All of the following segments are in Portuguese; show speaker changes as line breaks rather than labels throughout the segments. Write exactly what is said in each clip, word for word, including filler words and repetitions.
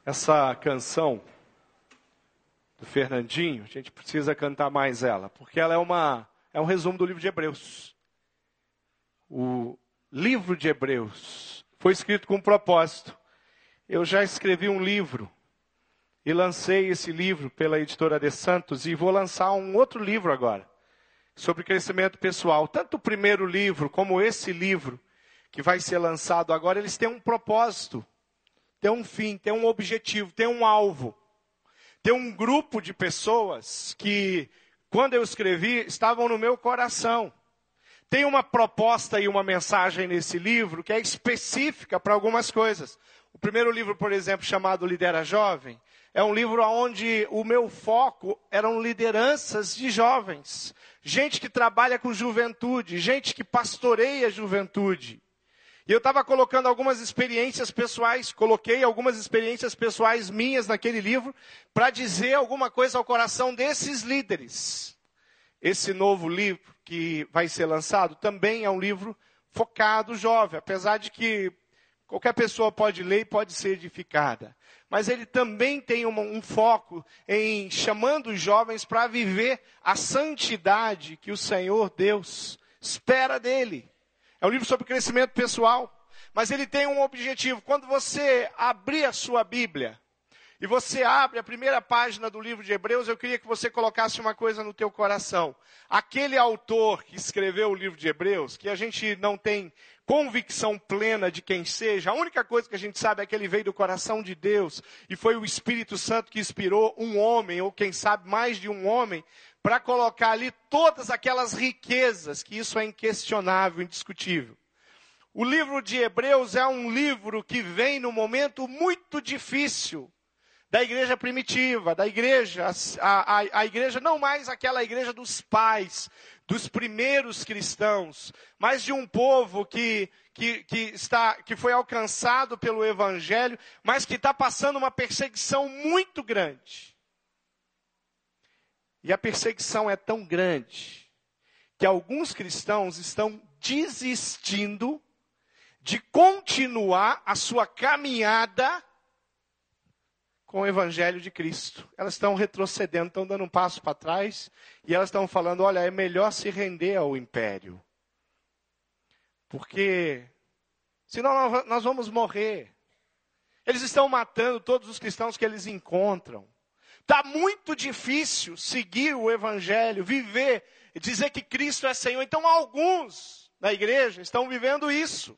Essa canção do Fernandinho, a gente precisa cantar mais ela, porque ela é, uma, é um resumo do livro de Hebreus. O livro de Hebreus foi escrito com um propósito. Eu já escrevi um livro e lancei esse livro pela editora de Santos e vou lançar um outro livro agora, sobre crescimento pessoal. Tanto o primeiro livro como esse livro que vai ser lançado agora, eles têm um propósito, têm um fim, têm um objetivo, têm um alvo. Tem um grupo de pessoas que, quando eu escrevi, estavam no meu coração. Tem uma proposta e uma mensagem nesse livro que é específica para algumas coisas. O primeiro livro, por exemplo, chamado Lidera Jovem, é um livro onde o meu foco eram lideranças de jovens. Gente que trabalha com juventude, gente que pastoreia a juventude. E eu estava colocando algumas experiências pessoais, coloquei algumas experiências pessoais minhas naquele livro, para dizer alguma coisa ao coração desses líderes. Esse novo livro que vai ser lançado também é um livro focado jovem, apesar de que qualquer pessoa pode ler e pode ser edificada. Mas ele também tem uma, um foco em chamando os jovens para viver a santidade que o Senhor Deus espera dele. É um livro sobre crescimento pessoal, mas ele tem um objetivo. Quando você abrir a sua Bíblia, e você abre a primeira página do livro de Hebreus, eu queria que você colocasse uma coisa no teu coração. Aquele autor que escreveu o livro de Hebreus, que a gente não tem convicção plena de quem seja, a única coisa que a gente sabe é que ele veio do coração de Deus, e foi o Espírito Santo que inspirou um homem, ou quem sabe mais de um homem, para colocar ali todas aquelas riquezas, que isso é inquestionável, indiscutível. O livro de Hebreus é um livro que vem num momento muito difícil da igreja primitiva, da igreja, a, a, a igreja, não mais aquela igreja dos pais, dos primeiros cristãos, mas de um povo que, que, que, está, que foi alcançado pelo Evangelho, mas que está passando uma perseguição muito grande. E a perseguição é tão grande que alguns cristãos estão desistindo de continuar a sua caminhada com o Evangelho de Cristo. Elas estão retrocedendo, estão dando um passo para trás e elas estão falando, olha, é melhor se render ao império. Porque senão nós vamos morrer. Eles estão matando todos os cristãos que eles encontram. Está muito difícil seguir o Evangelho, viver, dizer que Cristo é Senhor. Então alguns na igreja estão vivendo isso.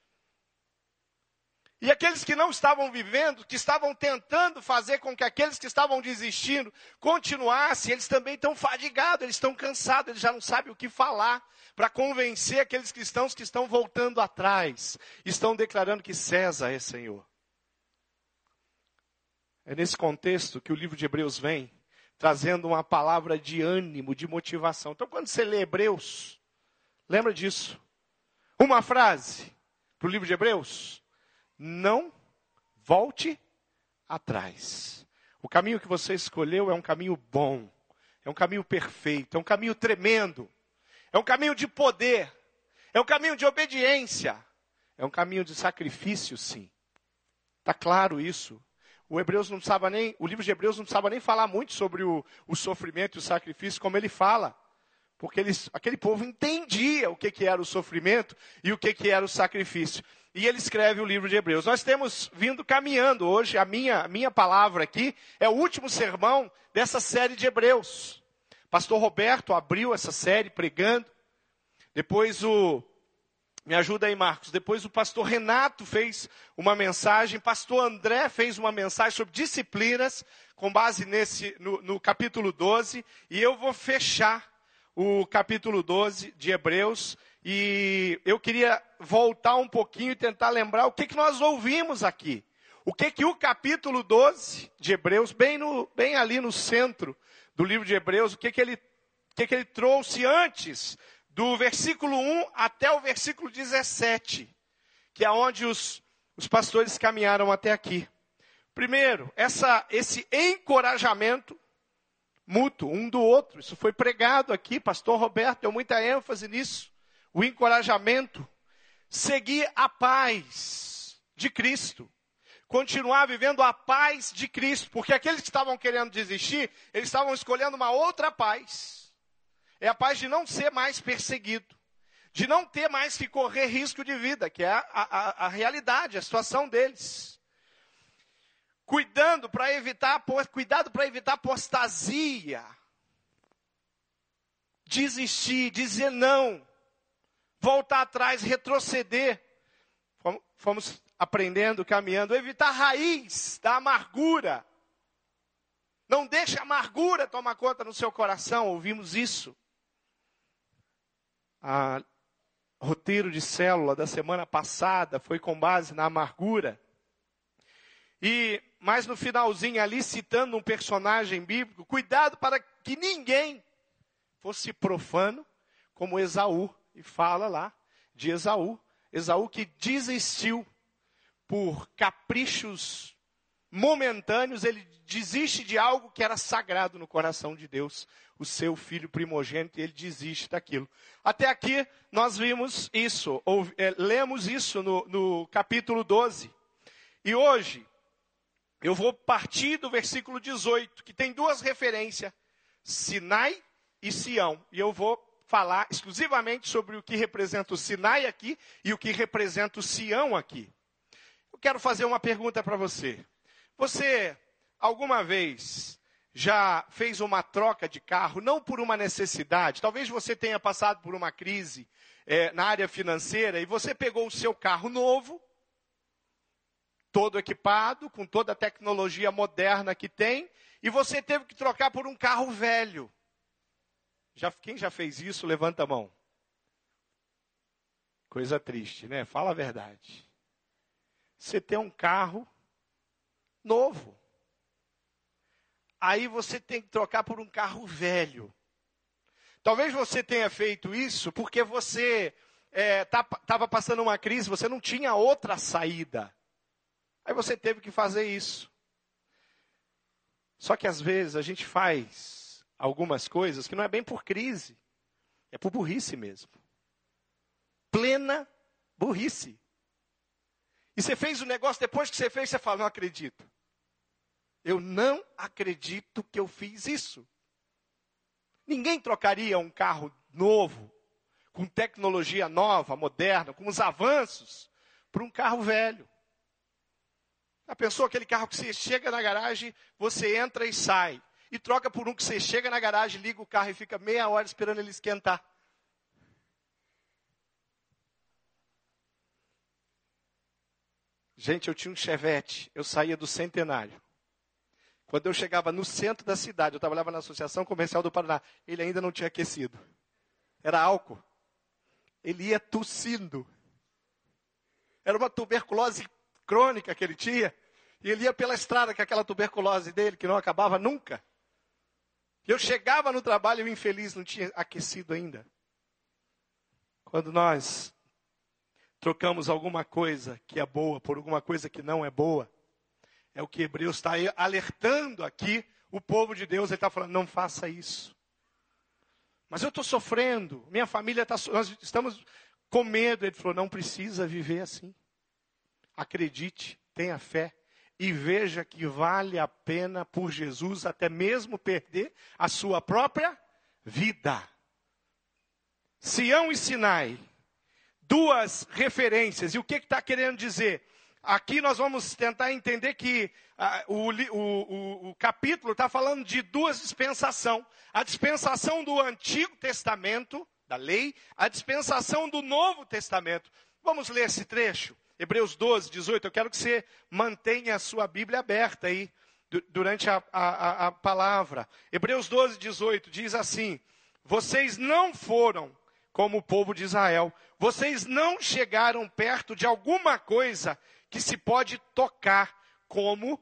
E aqueles que não estavam vivendo, que estavam tentando fazer com que aqueles que estavam desistindo continuassem, eles também estão fadigados, eles estão cansados, eles já não sabem o que falar para convencer aqueles cristãos que estão voltando atrás, estão declarando que César é Senhor. É nesse contexto que o livro de Hebreus vem, trazendo uma palavra de ânimo, de motivação. Então, quando você lê Hebreus, lembra disso. Uma frase para o livro de Hebreus: não volte atrás. O caminho que você escolheu é um caminho bom, é um caminho perfeito, é um caminho tremendo, é um caminho de poder, é um caminho de obediência, é um caminho de sacrifício, sim. Está claro isso. O, Hebreus não precisava nem, o livro de Hebreus não precisava nem falar muito sobre o, o sofrimento e o sacrifício, como ele fala. Porque eles, aquele povo entendia o que, que era o sofrimento e o que, que era o sacrifício. E ele escreve o livro de Hebreus. Nós temos vindo caminhando hoje, a minha, a minha palavra aqui é o último sermão dessa série de Hebreus. Pastor Roberto abriu essa série pregando. Depois o... Me ajuda aí, Marcos. Depois o pastor Renato fez uma mensagem. Pastor André fez uma mensagem sobre disciplinas, com base nesse, no, no capítulo doze. E eu vou fechar o capítulo doze de Hebreus. E eu queria voltar um pouquinho e tentar lembrar o que, que nós ouvimos aqui. O que, que o capítulo doze de Hebreus, bem, no, bem ali no centro do livro de Hebreus, o que, que, ele, o que, que ele trouxe antes do versículo um até o versículo dezessete, que é onde os, os pastores caminharam até aqui. Primeiro, essa, esse encorajamento mútuo, um do outro. Isso foi pregado aqui, pastor Roberto deu muita ênfase nisso. O encorajamento, seguir a paz de Cristo. continuar vivendo a paz de Cristo. Porque aqueles que estavam querendo desistir, eles estavam escolhendo uma outra paz. É a paz de não ser mais perseguido. De não ter mais que correr risco de vida, que é a, a, a realidade, a situação deles. Cuidando para evitar, cuidado para evitar apostasia. Desistir, dizer não. Voltar atrás, retroceder. Fomos aprendendo, caminhando. Evitar a raiz da amargura. Não deixe a amargura tomar conta no seu coração. Ouvimos isso. A roteiro de célula da semana passada foi com base na amargura. E, mas no finalzinho ali, citando um personagem bíblico, cuidado para que ninguém fosse profano como Esaú. E fala lá de Esaú. Esaú que desistiu por caprichos momentâneos, ele desiste de algo que era sagrado no coração de Deus. O seu filho primogênito, ele desiste daquilo. Até aqui nós vimos isso, ou, é, lemos isso no, no capítulo doze. E hoje eu vou partir do versículo dezoito, que tem duas referências, Sinai e Sião. E eu vou falar exclusivamente sobre o que representa o Sinai aqui e o que representa o Sião aqui. Eu quero fazer uma pergunta para você. Você, alguma vez, já fez uma troca de carro, não por uma necessidade? Talvez você tenha passado por uma crise é, na área financeira e você pegou o seu carro novo, todo equipado, com toda a tecnologia moderna que tem, e você teve que trocar por um carro velho. Já, quem já fez isso, levanta a mão. Coisa triste, né? Fala a verdade. Você tem um carro novo. Aí você tem que trocar por um carro velho. Talvez você tenha feito isso porque você estava é, passando uma crise, você não tinha outra saída. Aí você teve que fazer isso. Só que às vezes a gente faz algumas coisas que não é bem por crise, é por burrice mesmo. Plena burrice. E você fez o negócio, depois que você fez, você fala, não acredito. Eu não acredito que eu fiz isso. Ninguém trocaria um carro novo, com tecnologia nova, moderna, com os avanços, por um carro velho. Já pensou aquele carro que você chega na garagem, você entra e sai. E troca por um que você chega na garagem, liga o carro e fica meia hora esperando ele esquentar. Gente, eu tinha um Chevette, eu saía do Centenário. Quando eu chegava no centro da cidade, eu trabalhava na Associação Comercial do Paraná, ele ainda não tinha aquecido. Era álcool. Ele ia tossindo. Era uma tuberculose crônica que ele tinha. E ele ia pela estrada com aquela tuberculose dele, que não acabava nunca. Eu chegava no trabalho e o infeliz não tinha aquecido ainda. Quando nós trocamos alguma coisa que é boa por alguma coisa que não é boa, é o que Hebreus está alertando aqui, o povo de Deus, ele está falando, não faça isso. Mas eu estou sofrendo, minha família está, nós estamos com medo. Ele falou, não precisa viver assim. Acredite, tenha fé e veja que vale a pena por Jesus até mesmo perder a sua própria vida. Sião e Sinai, duas referências. E o que está querendo dizer? Aqui nós vamos tentar entender que ah, o, o, o, o capítulo está falando de duas dispensações. A dispensação do Antigo Testamento, da lei, a dispensação do Novo Testamento. Vamos ler esse trecho? Hebreus doze, dezoito. Eu quero que você mantenha a sua Bíblia aberta aí, durante a, a, a palavra. Hebreus doze, dezoito diz assim, vocês não foram como o povo de Israel. Vocês não chegaram perto de alguma coisa que se pode tocar, como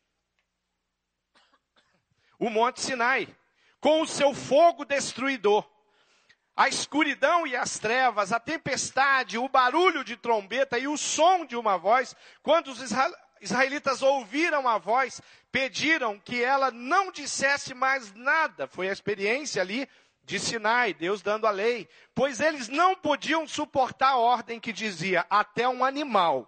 o Monte Sinai, com o seu fogo destruidor. A escuridão e as trevas, a tempestade, o barulho de trombeta e o som de uma voz. Quando os israelitas ouviram a voz, pediram que ela não dissesse mais nada. Foi a experiência ali de Sinai, Deus dando a lei. Pois eles não podiam suportar a ordem que dizia, até um animal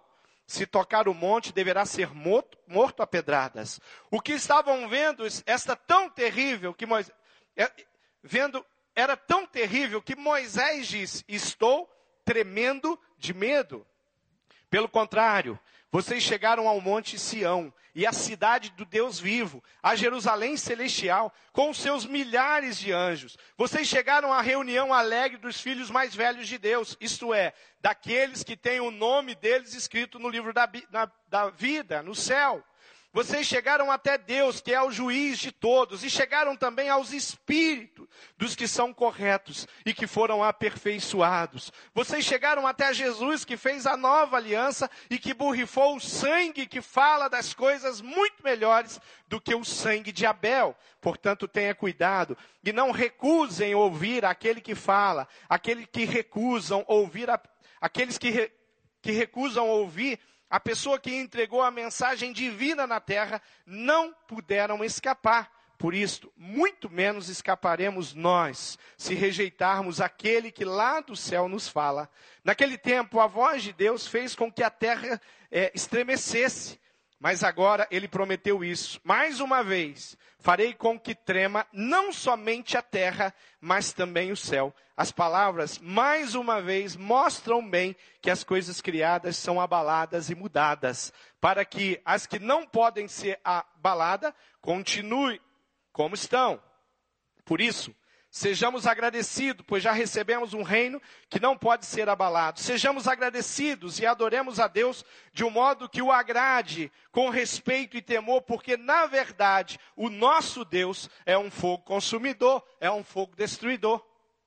se tocar o monte, deverá ser morto, morto a pedradas. O que estavam vendo, esta tão terrível, que Moisés, é, vendo, era tão terrível que Moisés disse, estou tremendo de medo. Pelo contrário, vocês chegaram ao monte Sião, e à cidade do Deus vivo, a Jerusalém celestial, com seus milhares de anjos. Vocês chegaram à reunião alegre dos filhos mais velhos de Deus, isto é, daqueles que têm o nome deles escrito no livro da, na, da vida, no céu. Vocês chegaram até Deus, que é o juiz de todos, e chegaram também aos espíritos dos que são corretos e que foram aperfeiçoados. Vocês chegaram até Jesus, que fez a nova aliança e que borrifou o sangue que fala das coisas muito melhores do que o sangue de Abel. Portanto, tenha cuidado e não recusem ouvir aquele que fala, aquele que recusam ouvir, a, aqueles que, re, que recusam ouvir. A pessoa que entregou a mensagem divina na terra não puderam escapar. Por isto, muito menos escaparemos nós, se rejeitarmos aquele que lá do céu nos fala. Naquele tempo, a voz de Deus fez com que a terra é, estremecesse. Mas agora ele prometeu isso. Mais uma vez, farei com que trema não somente a terra, mas também o céu. As palavras, mais uma vez, mostram bem que as coisas criadas são abaladas e mudadas, para que as que não podem ser abaladas, continuem como estão. Por isso, sejamos agradecidos, pois já recebemos um reino que não pode ser abalado. Sejamos agradecidos e adoremos a Deus de um modo que o agrade, com respeito e temor, porque, na verdade, o nosso Deus é um fogo consumidor, é um fogo destruidor.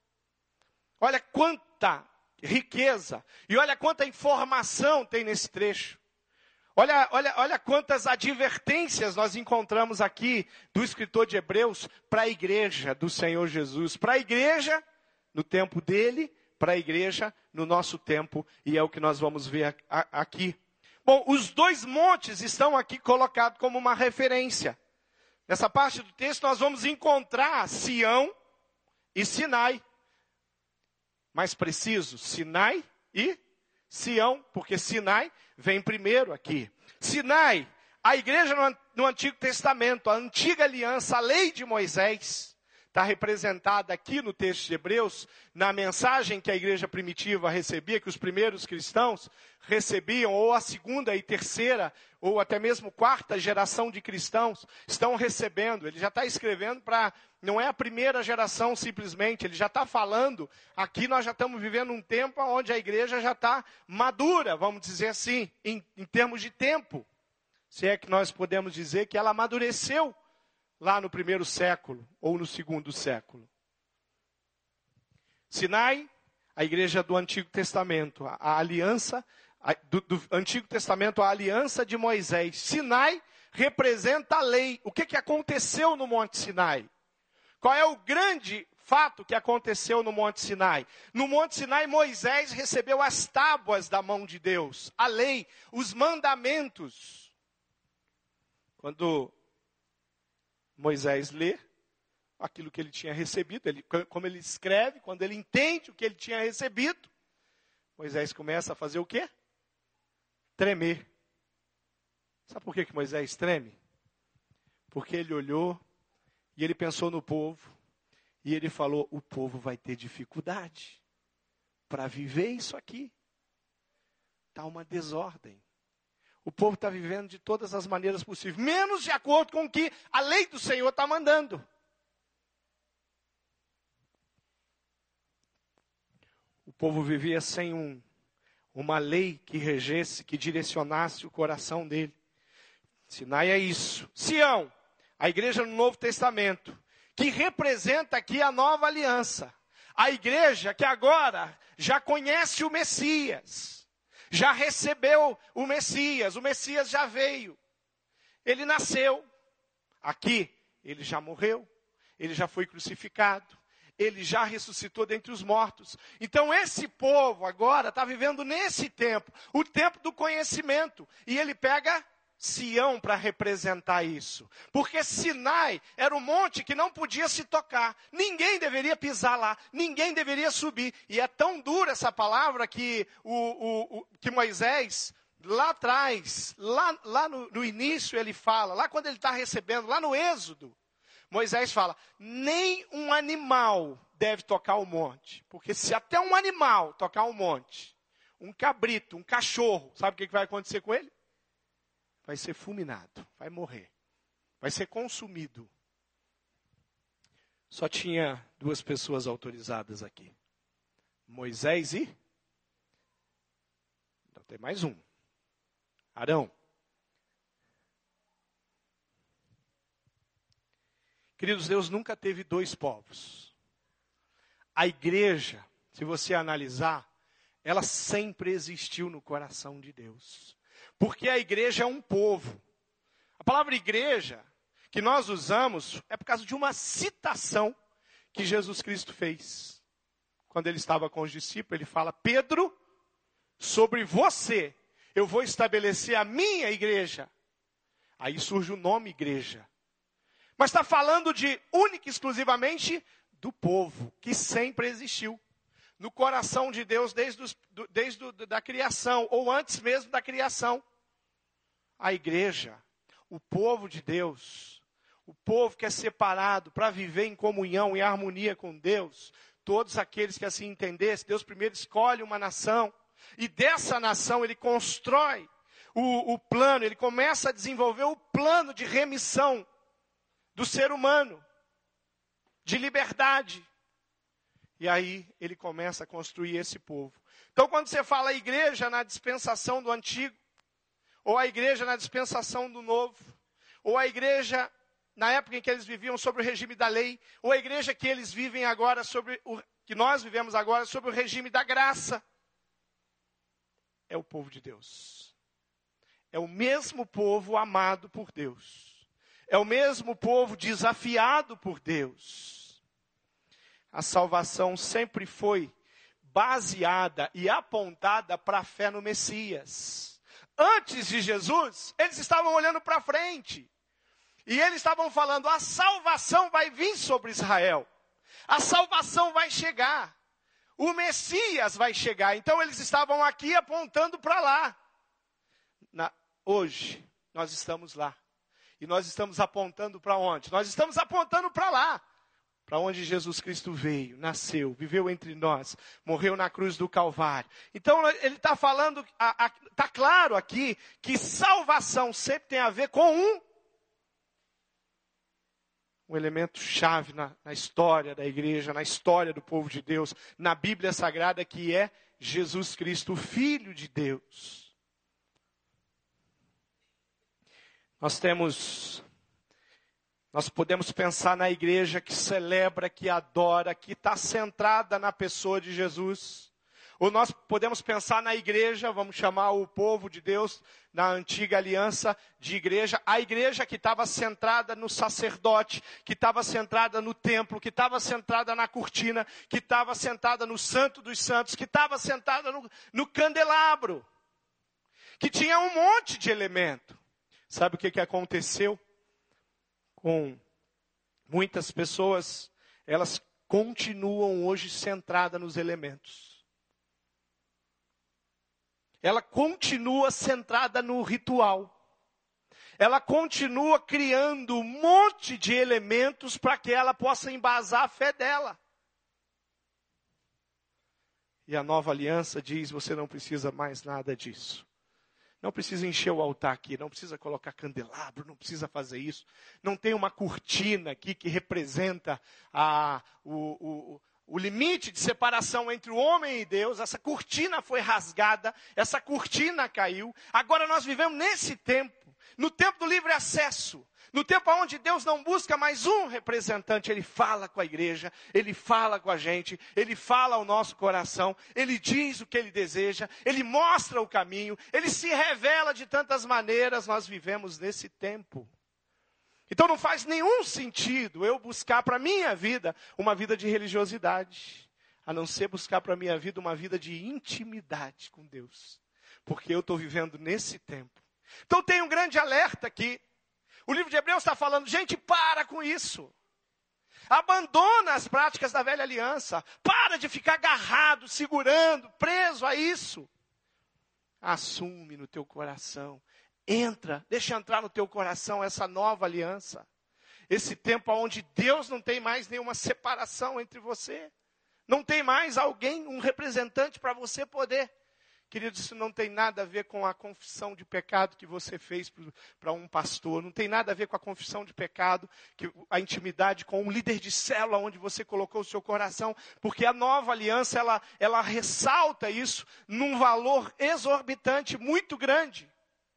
Olha quanta riqueza e olha quanta informação tem nesse trecho. Olha, olha, olha quantas advertências nós encontramos aqui do escritor de Hebreus para a igreja do Senhor Jesus. Para a igreja no tempo dele, para a igreja no nosso tempo. E é o que nós vamos ver aqui. Bom, os dois montes estão aqui colocados como uma referência. Nessa parte do texto nós vamos encontrar Sião e Sinai. Mais preciso, Sinai e Sião, porque Sinai vem primeiro aqui. Sinai, a igreja no, no Antigo Testamento, a antiga aliança, a lei de Moisés, está representada aqui no texto de Hebreus, na mensagem que a igreja primitiva recebia, que os primeiros cristãos recebiam, ou a segunda e terceira, ou até mesmo quarta geração de cristãos estão recebendo. Ele já está escrevendo para, não é a primeira geração simplesmente, ele já está falando, aqui nós já estamos vivendo um tempo onde a igreja já está madura, vamos dizer assim, em, em termos de tempo. Se é que nós podemos dizer que ela amadureceu lá no primeiro século, ou no segundo século. Sinai, a igreja do Antigo Testamento, a, a aliança, a, do, do Antigo Testamento, a aliança de Moisés. Sinai representa a lei. O que, que aconteceu no Monte Sinai? Qual é o grande fato que aconteceu no Monte Sinai? No Monte Sinai, Moisés recebeu as tábuas da mão de Deus, a lei, os mandamentos. Quando Moisés lê aquilo que ele tinha recebido, ele, como ele escreve, quando ele entende o que ele tinha recebido, Moisés começa a fazer o quê? Tremer. Sabe por que, que Moisés treme? Porque ele olhou e ele pensou no povo e ele falou, o povo vai ter dificuldade para viver isso aqui. Está uma desordem. O povo está vivendo de todas as maneiras possíveis, menos de acordo com o que a lei do Senhor está mandando. O povo vivia sem um, uma lei que regesse, que direcionasse o coração dele. Sinai é isso. Sião, a igreja no Novo Testamento, que representa aqui a nova aliança. A igreja que agora já conhece o Messias. Já recebeu o Messias, o Messias já veio. Ele nasceu. Aqui, ele já morreu. Ele já foi crucificado. Ele já ressuscitou dentre os mortos. Então esse povo agora está vivendo nesse tempo, o tempo do conhecimento. E ele pega Sião para representar isso. Porque Sinai era um monte que não podia se tocar. Ninguém deveria pisar lá. Ninguém deveria subir. E é tão dura essa palavra que, o, o, o, que Moisés lá atrás, lá, lá no, no início ele fala, lá quando ele está recebendo, lá no Êxodo, Moisés fala, nem um animal deve tocar o monte. Porque se até um animal tocar o monte, um cabrito, um cachorro, sabe o que, que vai acontecer com ele? Vai ser fulminado, vai morrer, vai ser consumido. Só tinha duas pessoas autorizadas aqui. Moisés e... Não, tem mais um. Arão. Queridos, Deus nunca teve dois povos. A igreja, se você analisar, ela sempre existiu no coração de Deus. Porque a igreja é um povo. A palavra igreja, que nós usamos, é por causa de uma citação que Jesus Cristo fez. Quando ele estava com os discípulos, ele fala, Pedro, sobre você, eu vou estabelecer a minha igreja. Aí surge o nome igreja. Mas está falando de, única e exclusivamente, do povo, que sempre existiu. No coração de Deus, desde, os, desde a da criação, ou antes mesmo da criação. A igreja, o povo de Deus, o povo que é separado para viver em comunhão e harmonia com Deus, todos aqueles que assim entendessem, Deus primeiro escolhe uma nação, e dessa nação ele constrói o, o plano, ele começa a desenvolver o plano de remissão do ser humano, de liberdade. E aí ele começa a construir esse povo. Então quando você fala a igreja na dispensação do antigo, ou a igreja na dispensação do novo, ou a igreja na época em que eles viviam sobre o regime da lei, ou a igreja que eles vivem agora sobre o que nós vivemos agora sobre o regime da graça, é o povo de Deus. É o mesmo povo amado por Deus. É o mesmo povo desafiado por Deus. A salvação sempre foi baseada e apontada para a fé no Messias. Antes de Jesus, eles estavam olhando para frente. E eles estavam falando, a salvação vai vir sobre Israel. A salvação vai chegar. O Messias vai chegar. Então eles estavam aqui apontando para lá. Na, hoje, nós estamos lá. E nós estamos apontando para onde? Nós estamos apontando para lá. Para onde Jesus Cristo veio, nasceu, viveu entre nós, morreu na cruz do Calvário. Então ele está falando, está claro aqui, que salvação sempre tem a ver com um, um elemento chave na, na história da igreja, na história do povo de Deus, na Bíblia Sagrada, que é Jesus Cristo, o Filho de Deus. Nós temos... Nós podemos pensar na igreja que celebra, que adora, que está centrada na pessoa de Jesus. Ou nós podemos pensar na igreja, vamos chamar o povo de Deus, na antiga aliança de igreja, a igreja que estava centrada no sacerdote, que estava centrada no templo, que estava centrada na cortina, que estava sentada no santo dos santos, que estava sentada no, no candelabro, que tinha um monte de elemento. Sabe o que, que aconteceu? Com muitas pessoas, elas continuam hoje centradas nos elementos. Ela continua centrada no ritual. Ela continua criando um monte de elementos para que ela possa embasar a fé dela. E a nova aliança diz, você não precisa mais nada disso. Não precisa encher o altar aqui, não precisa colocar candelabro, não precisa fazer isso. Não tem uma cortina aqui que representa a, o, o, o limite de separação entre o homem e Deus. Essa cortina foi rasgada, essa cortina caiu. Agora nós vivemos nesse tempo, no tempo do livre acesso. No tempo onde Deus não busca mais um representante, Ele fala com a igreja, Ele fala com a gente, Ele fala ao nosso coração, Ele diz o que Ele deseja, Ele mostra o caminho, Ele se revela de tantas maneiras. Nós vivemos nesse tempo. Então não faz nenhum sentido eu buscar para a minha vida uma vida de religiosidade, a não ser buscar para a minha vida uma vida de intimidade com Deus, porque eu estou vivendo nesse tempo. Então tem um grande alerta aqui. O livro de Hebreus está falando, gente, para com isso. Abandona as práticas da velha aliança. Para de ficar agarrado, segurando, preso a isso. Assume no teu coração. Entra, deixa entrar no teu coração essa nova aliança. Esse tempo onde Deus não tem mais nenhuma separação entre você. Não tem mais alguém, um representante para você poder. Queridos, isso não tem nada a ver com a confissão de pecado que você fez para um pastor. Não tem nada a ver com a confissão de pecado, que, a intimidade com um líder de célula onde você colocou o seu coração. Porque a nova aliança, ela, ela ressalta isso num valor exorbitante, muito grande.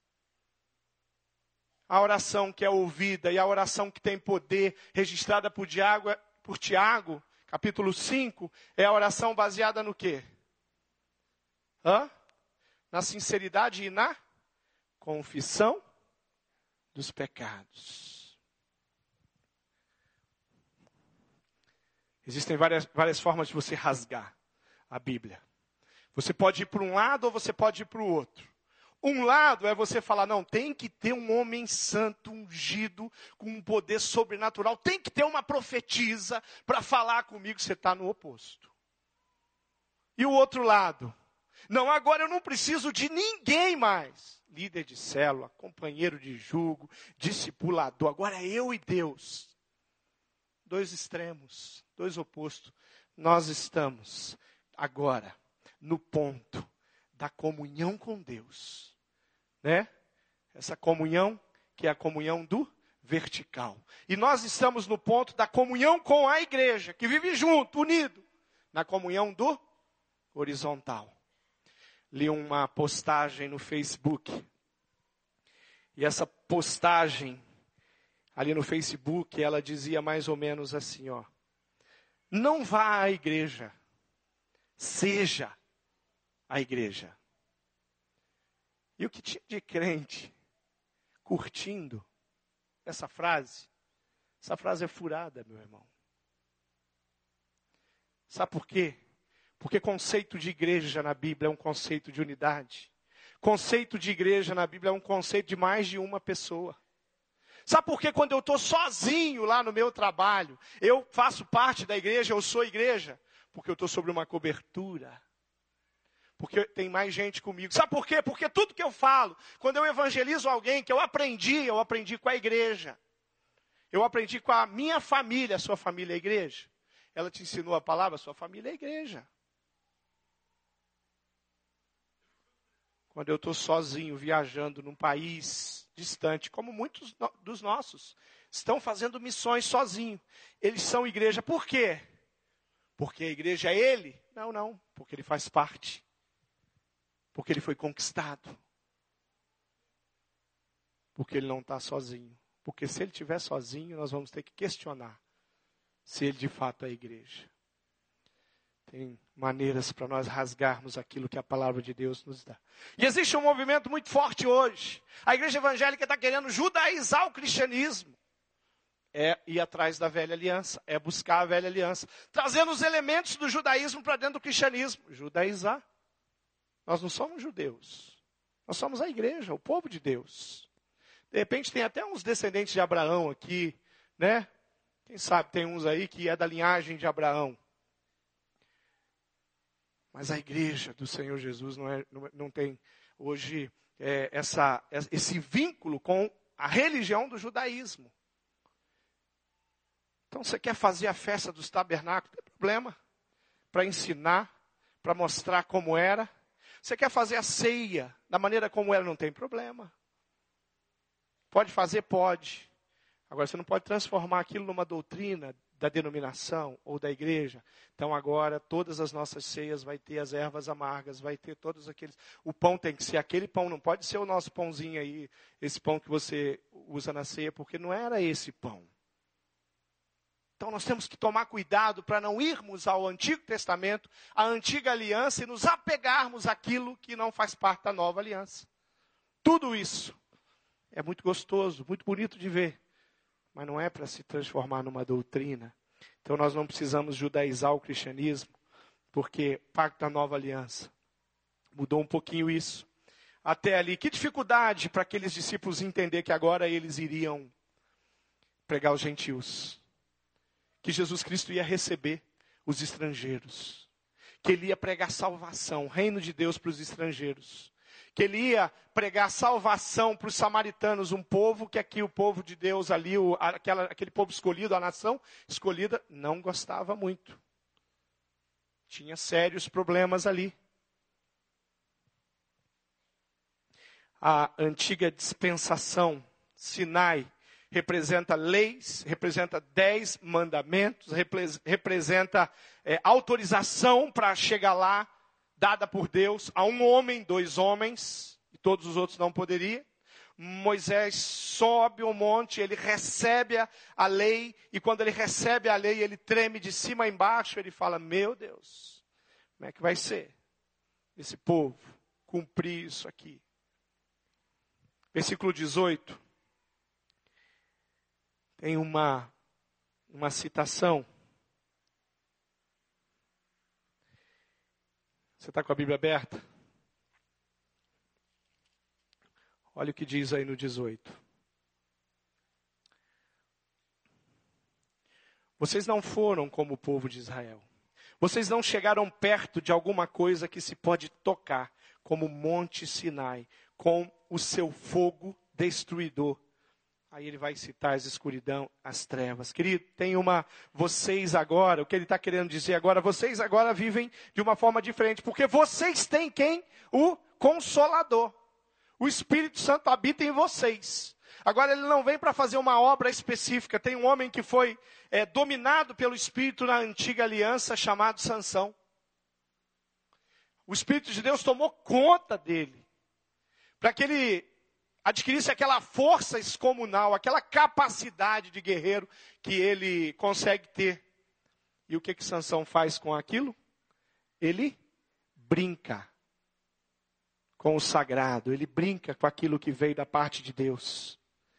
A oração que é ouvida e a oração que tem poder, registrada por Tiago, por Tiago, capítulo cinco, é a oração baseada no quê? Hã? Na sinceridade e na confissão dos pecados. Existem várias, várias formas de você rasgar a Bíblia. Você pode ir para um lado ou você pode ir para o outro. Um lado é você falar, não, tem que ter um homem santo, ungido, com um poder sobrenatural. Tem que ter uma profetisa para falar comigo. Você está no oposto. E o outro lado? Não, agora eu não preciso de ninguém mais. Líder de célula, companheiro de jugo, discipulador. Agora é eu e Deus. Dois extremos, dois opostos. Nós estamos agora no ponto da comunhão com Deus. Né? Essa comunhão que é a comunhão do vertical. E nós estamos no ponto da comunhão com a igreja, que vive junto, unido, na comunhão do horizontal. Li uma postagem no Facebook. E essa postagem ali no Facebook, ela dizia mais ou menos assim, ó. Não vá à igreja, seja a igreja. E o que tinha de crente curtindo essa frase? Essa frase é furada, meu irmão. Sabe por quê? Porque conceito de igreja na Bíblia é um conceito de unidade. Conceito de igreja na Bíblia é um conceito de mais de uma pessoa. Sabe por que quando eu estou sozinho lá no meu trabalho, eu faço parte da igreja, eu sou igreja? Porque eu estou sobre uma cobertura. Porque tem mais gente comigo. Sabe por quê? Porque tudo que eu falo, quando eu evangelizo alguém que eu aprendi, eu aprendi com a igreja. Eu aprendi com a minha família, a sua família é a igreja. Ela te ensinou a palavra, a sua família é a igreja. Quando eu estou sozinho, viajando num país distante, como muitos no, dos nossos, estão fazendo missões sozinho. Eles são igreja. Por quê? Porque a igreja é ele? Não, não. Porque ele faz parte. Porque ele foi conquistado. Porque ele não está sozinho. Porque se ele estiver sozinho, nós vamos ter que questionar se ele de fato é a igreja. Tem maneiras para nós rasgarmos aquilo que a palavra de Deus nos dá. E existe um movimento muito forte hoje. A igreja evangélica está querendo judaizar o cristianismo. É ir atrás da velha aliança. É buscar a velha aliança. Trazendo os elementos do judaísmo para dentro do cristianismo. Judaizar. Nós não somos judeus. Nós somos a igreja, o povo de Deus. De repente tem até uns descendentes de Abraão aqui, né? Quem sabe tem uns aí que é da linhagem de Abraão. Mas a igreja do Senhor Jesus não, é, não, não tem hoje é, essa, esse vínculo com a religião do judaísmo. Então você quer fazer a festa dos tabernáculos, não tem problema. Para ensinar, para mostrar como era. Você quer fazer a ceia da maneira como era, não tem problema. Pode fazer, pode. Agora você não pode transformar aquilo numa doutrina da denominação ou da igreja. Então agora todas as nossas ceias vai ter as ervas amargas, vai ter todos aqueles... O pão tem que ser aquele pão, não pode ser o nosso pãozinho aí, esse pão que você usa na ceia, porque não era esse pão. Então nós temos que tomar cuidado para não irmos ao Antigo Testamento, à Antiga Aliança, e nos apegarmos àquilo que não faz parte da Nova Aliança. Tudo isso é muito gostoso, muito bonito de ver. Mas não é para se transformar numa doutrina. Então nós não precisamos judaizar o cristianismo, porque Pacto da Nova Aliança mudou um pouquinho isso. Até ali, que dificuldade para aqueles discípulos entender que agora eles iriam pregar aos gentios. Que Jesus Cristo ia receber os estrangeiros. Que ele ia pregar salvação, reino de Deus para os estrangeiros. que ele ia pregar salvação para os samaritanos, um povo que aqui o povo de Deus ali, o, aquela, aquele povo escolhido, a nação escolhida, não gostava muito. Tinha sérios problemas ali. A antiga dispensação, Sinai, representa leis, representa dez mandamentos, repre- representa é, autorização para chegar lá, dada por Deus a um homem, dois homens, e todos os outros não poderiam. Moisés sobe o monte, ele recebe a, a lei, e quando ele recebe a lei, ele treme de cima a embaixo, ele fala, meu Deus, como é que vai ser esse povo cumprir isso aqui? Versículo dezoito, tem uma, uma citação. Você está com a Bíblia aberta? Olha o que diz aí no dezoito. Vocês não foram como o povo de Israel. Vocês não chegaram perto de alguma coisa que se pode tocar, como o Monte Sinai, com o seu fogo destruidor. Aí ele vai citar as escuridão, as trevas. Querido, tem uma, vocês agora, o que ele está querendo dizer agora, vocês agora vivem de uma forma diferente, porque vocês têm quem? O Consolador. O Espírito Santo habita em vocês. Agora ele não vem para fazer uma obra específica. Tem um homem que foi é, dominado pelo Espírito na antiga aliança, chamado Sansão. O Espírito de Deus tomou conta dele, para que ele adquirisse aquela força excomunal, aquela capacidade de guerreiro que ele consegue ter. E o que que Sansão faz com aquilo? Ele brinca com o sagrado, ele brinca com aquilo que veio da parte de Deus.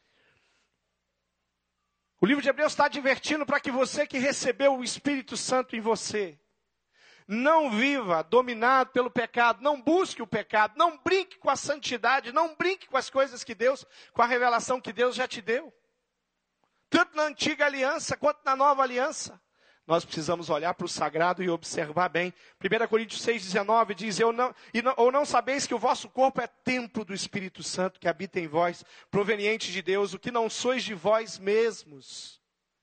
O livro de Hebreus está advertindo para que você que recebeu o Espírito Santo em você, não viva dominado pelo pecado, não busque o pecado, não brinque com a santidade, não brinque com as coisas que Deus, com a revelação que Deus já te deu. Tanto na antiga aliança quanto na nova aliança. Nós precisamos olhar para o sagrado e observar bem. primeira Coríntios seis, dezenove diz, Eu não, e não, ou não sabeis que o vosso corpo é templo do Espírito Santo que habita em vós, proveniente de Deus, o que não sois de vós mesmos.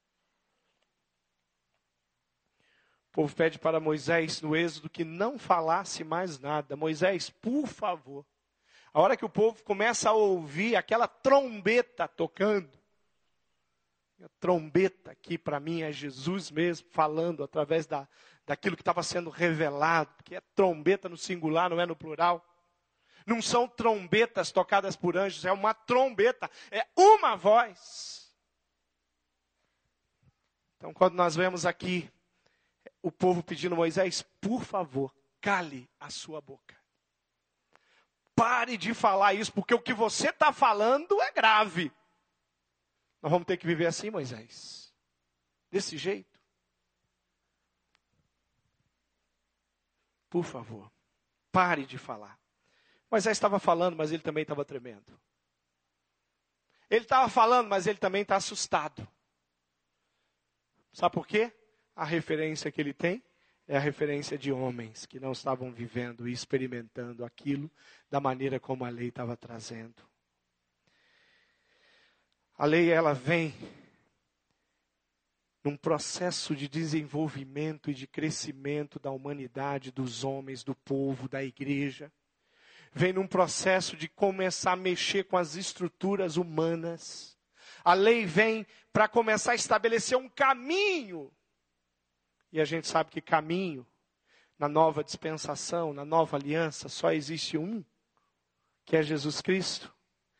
O povo pede para Moisés no Êxodo que não falasse mais nada. Moisés, por favor. A hora que o povo começa a ouvir aquela trombeta tocando, a trombeta aqui para mim é Jesus mesmo falando através da, daquilo que estava sendo revelado, que é trombeta no singular, não é no plural. Não são trombetas tocadas por anjos, é uma trombeta, é uma voz. Então quando nós vemos aqui o povo pedindo a Moisés, por favor, cale a sua boca. Pare de falar isso, porque o que você está falando é grave. Nós vamos ter que viver assim, Moisés? Desse jeito? Por favor, pare de falar. Moisés estava falando, mas ele também estava tremendo. Ele estava falando, mas ele também está assustado. Sabe por quê? A referência que ele tem é a referência de homens que não estavam vivendo e experimentando aquilo da maneira como a lei estava trazendo. A lei, ela vem num processo de desenvolvimento e de crescimento da humanidade, dos homens, do povo, da igreja. Vem num processo de começar a mexer com as estruturas humanas. A lei vem para começar a estabelecer um caminho. E a gente sabe que caminho, na nova dispensação, na nova aliança, só existe um, que é Jesus Cristo.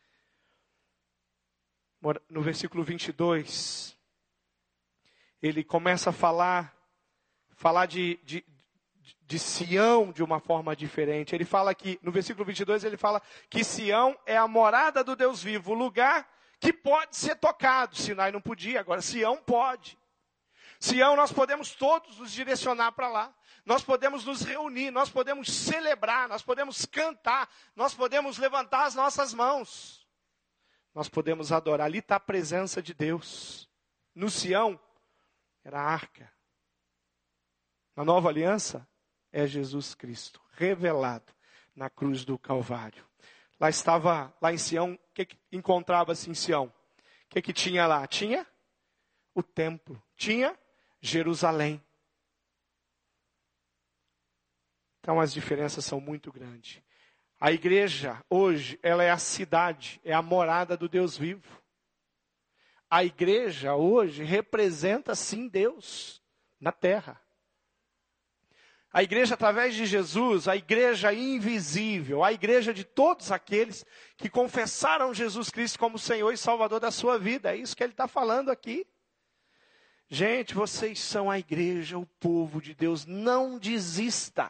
No versículo vinte e dois, ele começa a falar, falar de, de, de Sião de uma forma diferente. Ele fala que, no versículo vinte e dois, ele fala que Sião é a morada do Deus vivo, o lugar que pode ser tocado. Sinai não podia, agora Sião pode. Sião, nós podemos todos nos direcionar para lá. Nós podemos nos reunir, nós podemos celebrar, nós podemos cantar, nós podemos levantar as nossas mãos. Nós podemos adorar. Ali está a presença de Deus. No Sião, era a arca. Na nova aliança, é Jesus Cristo, revelado. na cruz do Calvário. Lá estava, lá em Sião, o que, que encontrava-se em Sião? O que, que tinha lá? Tinha o templo, tinha Jerusalém. Então as diferenças são muito grandes. A igreja hoje, ela é a cidade, é a morada do Deus vivo. A igreja hoje representa sim Deus na terra. A igreja através de Jesus, a igreja invisível, a igreja de todos aqueles que confessaram Jesus Cristo como Senhor e Salvador da sua vida. É isso que ele está falando aqui. Gente, vocês são a igreja, o povo de Deus. Não desista.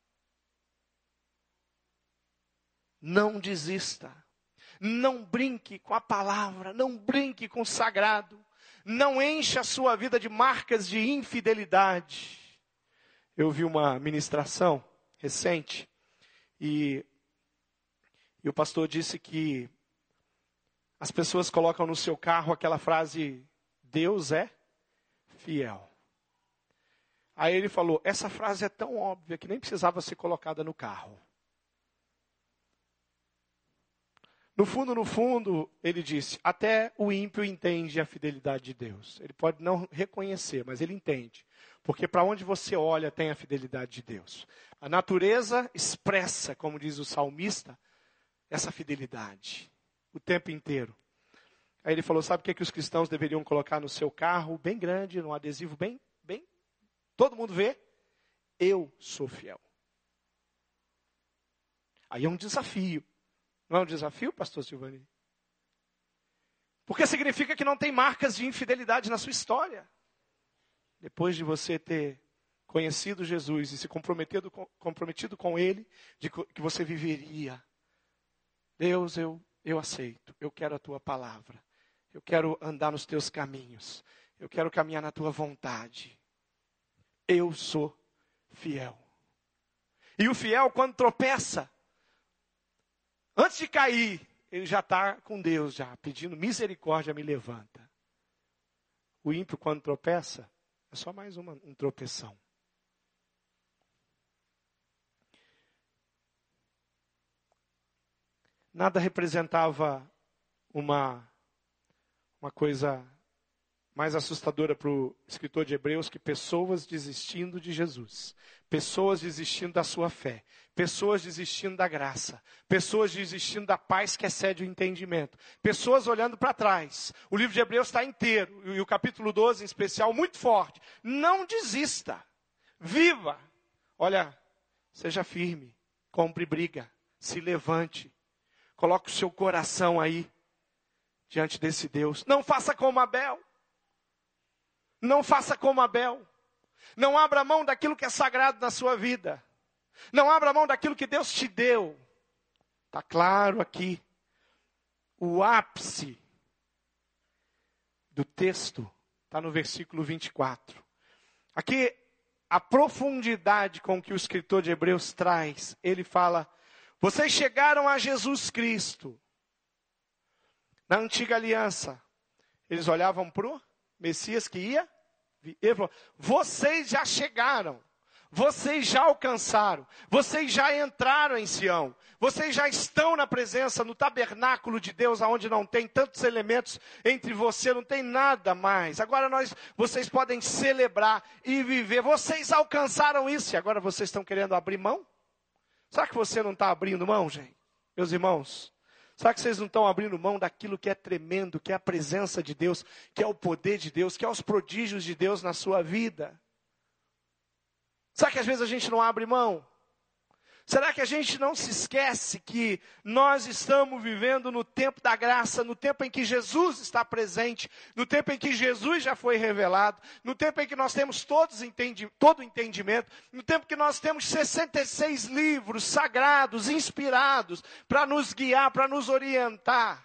Não desista. Não brinque com a palavra, não brinque com o sagrado. Não encha a sua vida de marcas de infidelidade. Eu vi uma ministração recente e, e o pastor disse que as pessoas colocam no seu carro aquela frase, Deus é fiel. Aí ele falou, essa frase é tão óbvia que nem precisava ser colocada no carro. No fundo, no fundo, ele disse, até o ímpio entende a fidelidade de Deus. Ele pode não reconhecer, mas ele entende. Porque para onde você olha tem a fidelidade de Deus. A natureza expressa, como diz o salmista, essa fidelidade o tempo inteiro. Aí ele falou, sabe o que, é que os cristãos deveriam colocar no seu carro, bem grande, num adesivo bem, bem, todo mundo vê? Eu sou fiel. Aí é um desafio. Não é um desafio, pastor Silvani? Porque significa que não tem marcas de infidelidade na sua história. Depois de você ter conhecido Jesus e se comprometido com, comprometido com Ele, de que você viveria. Deus, eu, eu aceito, eu quero a Tua palavra. Eu quero andar nos Teus caminhos. Eu quero caminhar na Tua vontade. Eu sou fiel. E o fiel, quando tropeça, antes de cair, ele já está com Deus, já pedindo misericórdia, me levanta. O ímpio, quando tropeça, é só mais uma, um tropeção. Nada representava uma, uma coisa mais assustadora para o escritor de Hebreus que pessoas desistindo de Jesus, pessoas desistindo da sua fé, pessoas desistindo da graça, pessoas desistindo da paz que excede o entendimento, pessoas olhando para trás. O livro de Hebreus está inteiro, e o capítulo doze em especial, muito forte. Não desista, viva. Olha, seja firme, compre briga, se levante, coloque o seu coração aí, diante desse Deus. Não faça como Abel. Não faça como Abel. Não abra mão daquilo que é sagrado na sua vida. Não abra mão daquilo que Deus te deu. Está claro aqui. O ápice do texto está no versículo vinte e quatro. Aqui, a profundidade com que o escritor de Hebreus traz, ele fala, vocês chegaram a Jesus Cristo. Na antiga aliança, eles olhavam para o Messias que ia. Ele falou, vocês já chegaram, vocês já alcançaram, vocês já entraram em Sião, vocês já estão na presença, no tabernáculo de Deus, onde não tem tantos elementos entre você, não tem nada mais. Agora nós, vocês podem celebrar e viver, vocês alcançaram isso, e agora vocês estão querendo abrir mão? Será que você não está abrindo mão, gente? Meus irmãos, será que vocês não estão abrindo mão daquilo que é tremendo, que é a presença de Deus, que é o poder de Deus, que é os prodígios de Deus na sua vida? Será que às vezes a gente não abre mão? Será que a gente não se esquece que nós estamos vivendo no tempo da graça, no tempo em que Jesus está presente, no tempo em que Jesus já foi revelado, no tempo em que nós temos todos entendi, todo o entendimento, no tempo que nós temos sessenta e seis livros sagrados, inspirados, para nos guiar, para nos orientar?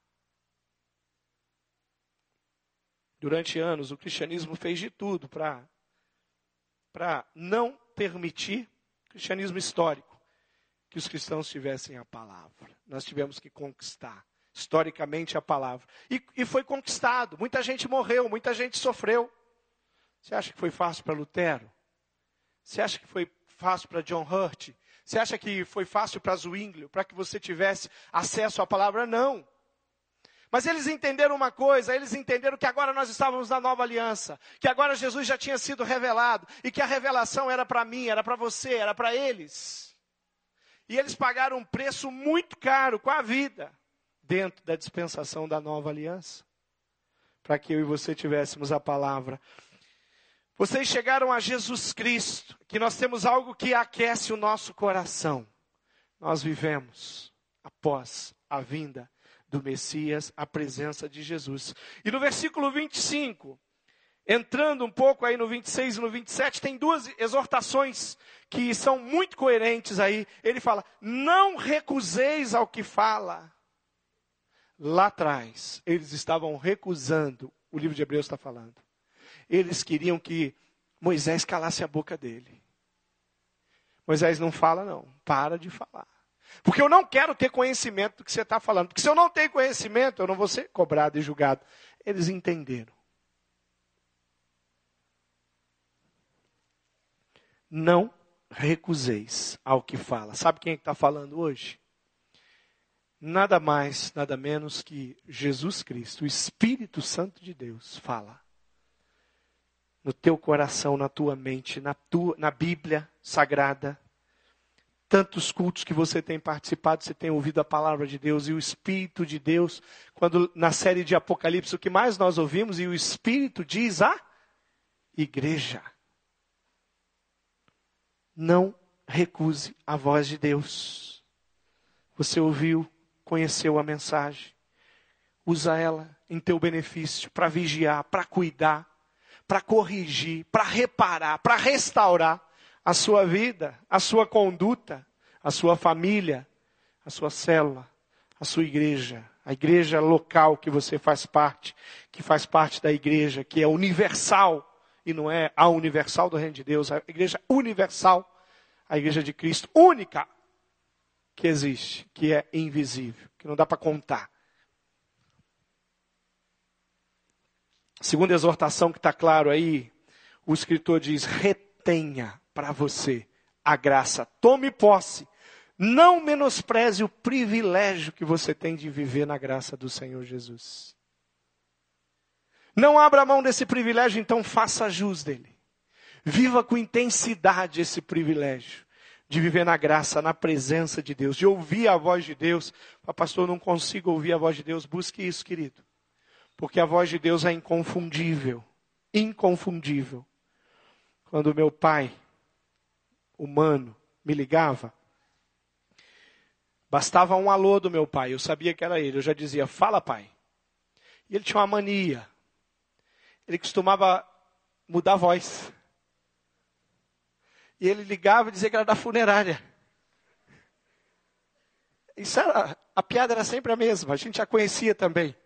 Durante anos, o cristianismo fez de tudo para para não permitir, cristianismo histórico, que os cristãos tivessem a palavra. Nós tivemos que conquistar, historicamente, a palavra. E, e foi conquistado. Muita gente morreu, muita gente sofreu. Você acha que foi fácil para Lutero? Você acha que foi fácil para John Hurt? Você acha que foi fácil para Zwinglio, para que você tivesse acesso à palavra? Não. Mas eles entenderam uma coisa, eles entenderam que agora nós estávamos na nova aliança, que agora Jesus já tinha sido revelado, e que a revelação era para mim, era para você, era para eles. E eles pagaram um preço muito caro com a vida, dentro da dispensação da nova aliança, para que eu e você tivéssemos a palavra. Vocês chegaram a Jesus Cristo, que nós temos algo que aquece o nosso coração. Nós vivemos após a vinda do Messias, a presença de Jesus. E no versículo vinte e cinco, entrando um pouco aí no vinte e seis e no vinte e sete, tem duas exortações que são muito coerentes aí. Ele fala, não recuseis ao que fala. Lá atrás, eles estavam recusando, o livro de Hebreus está falando. Eles queriam que Moisés calasse a boca dele. Moisés não fala não, para de falar. Porque eu não quero ter conhecimento do que você está falando. Porque se eu não tenho conhecimento, eu não vou ser cobrado e julgado. Eles entenderam. Não recuseis ao que fala. Sabe quem é que está falando hoje? Nada mais, nada menos que Jesus Cristo, o Espírito Santo de Deus, fala. No teu coração, na tua mente, na, tua, na Bíblia Sagrada. Tantos cultos que você tem participado, você tem ouvido a palavra de Deus e o Espírito de Deus, quando na série de Apocalipse, o que mais nós ouvimos, e o Espírito diz a igreja. Não recuse a voz de Deus. Você ouviu, conheceu a mensagem. Usa ela em teu benefício, para vigiar, para cuidar, para corrigir, para reparar, para restaurar a sua vida, a sua conduta, a sua família, a sua célula, a sua igreja, a igreja local que você faz parte, que faz parte da igreja, que é universal, e não é a universal do reino de Deus, a igreja universal, a igreja de Cristo, única que existe, que é invisível, que não dá para contar. Segunda exortação que está claro aí, o escritor diz, retenha para você a graça, tome posse, não menospreze o privilégio que você tem de viver na graça do Senhor Jesus. Não abra mão desse privilégio, então faça jus dele. Viva com intensidade esse privilégio de viver na graça, na presença de Deus, de ouvir a voz de Deus. Ah, pastor, eu não consigo ouvir a voz de Deus. Busque isso, querido. Porque a voz de Deus é inconfundível, inconfundível. Quando meu pai humano me ligava, bastava um alô do meu pai, eu sabia que era ele, eu já dizia, fala pai. E ele tinha uma mania, ele costumava mudar a voz. E ele ligava e dizia que era da funerária. Isso era, a piada era sempre a mesma, a gente já conhecia também.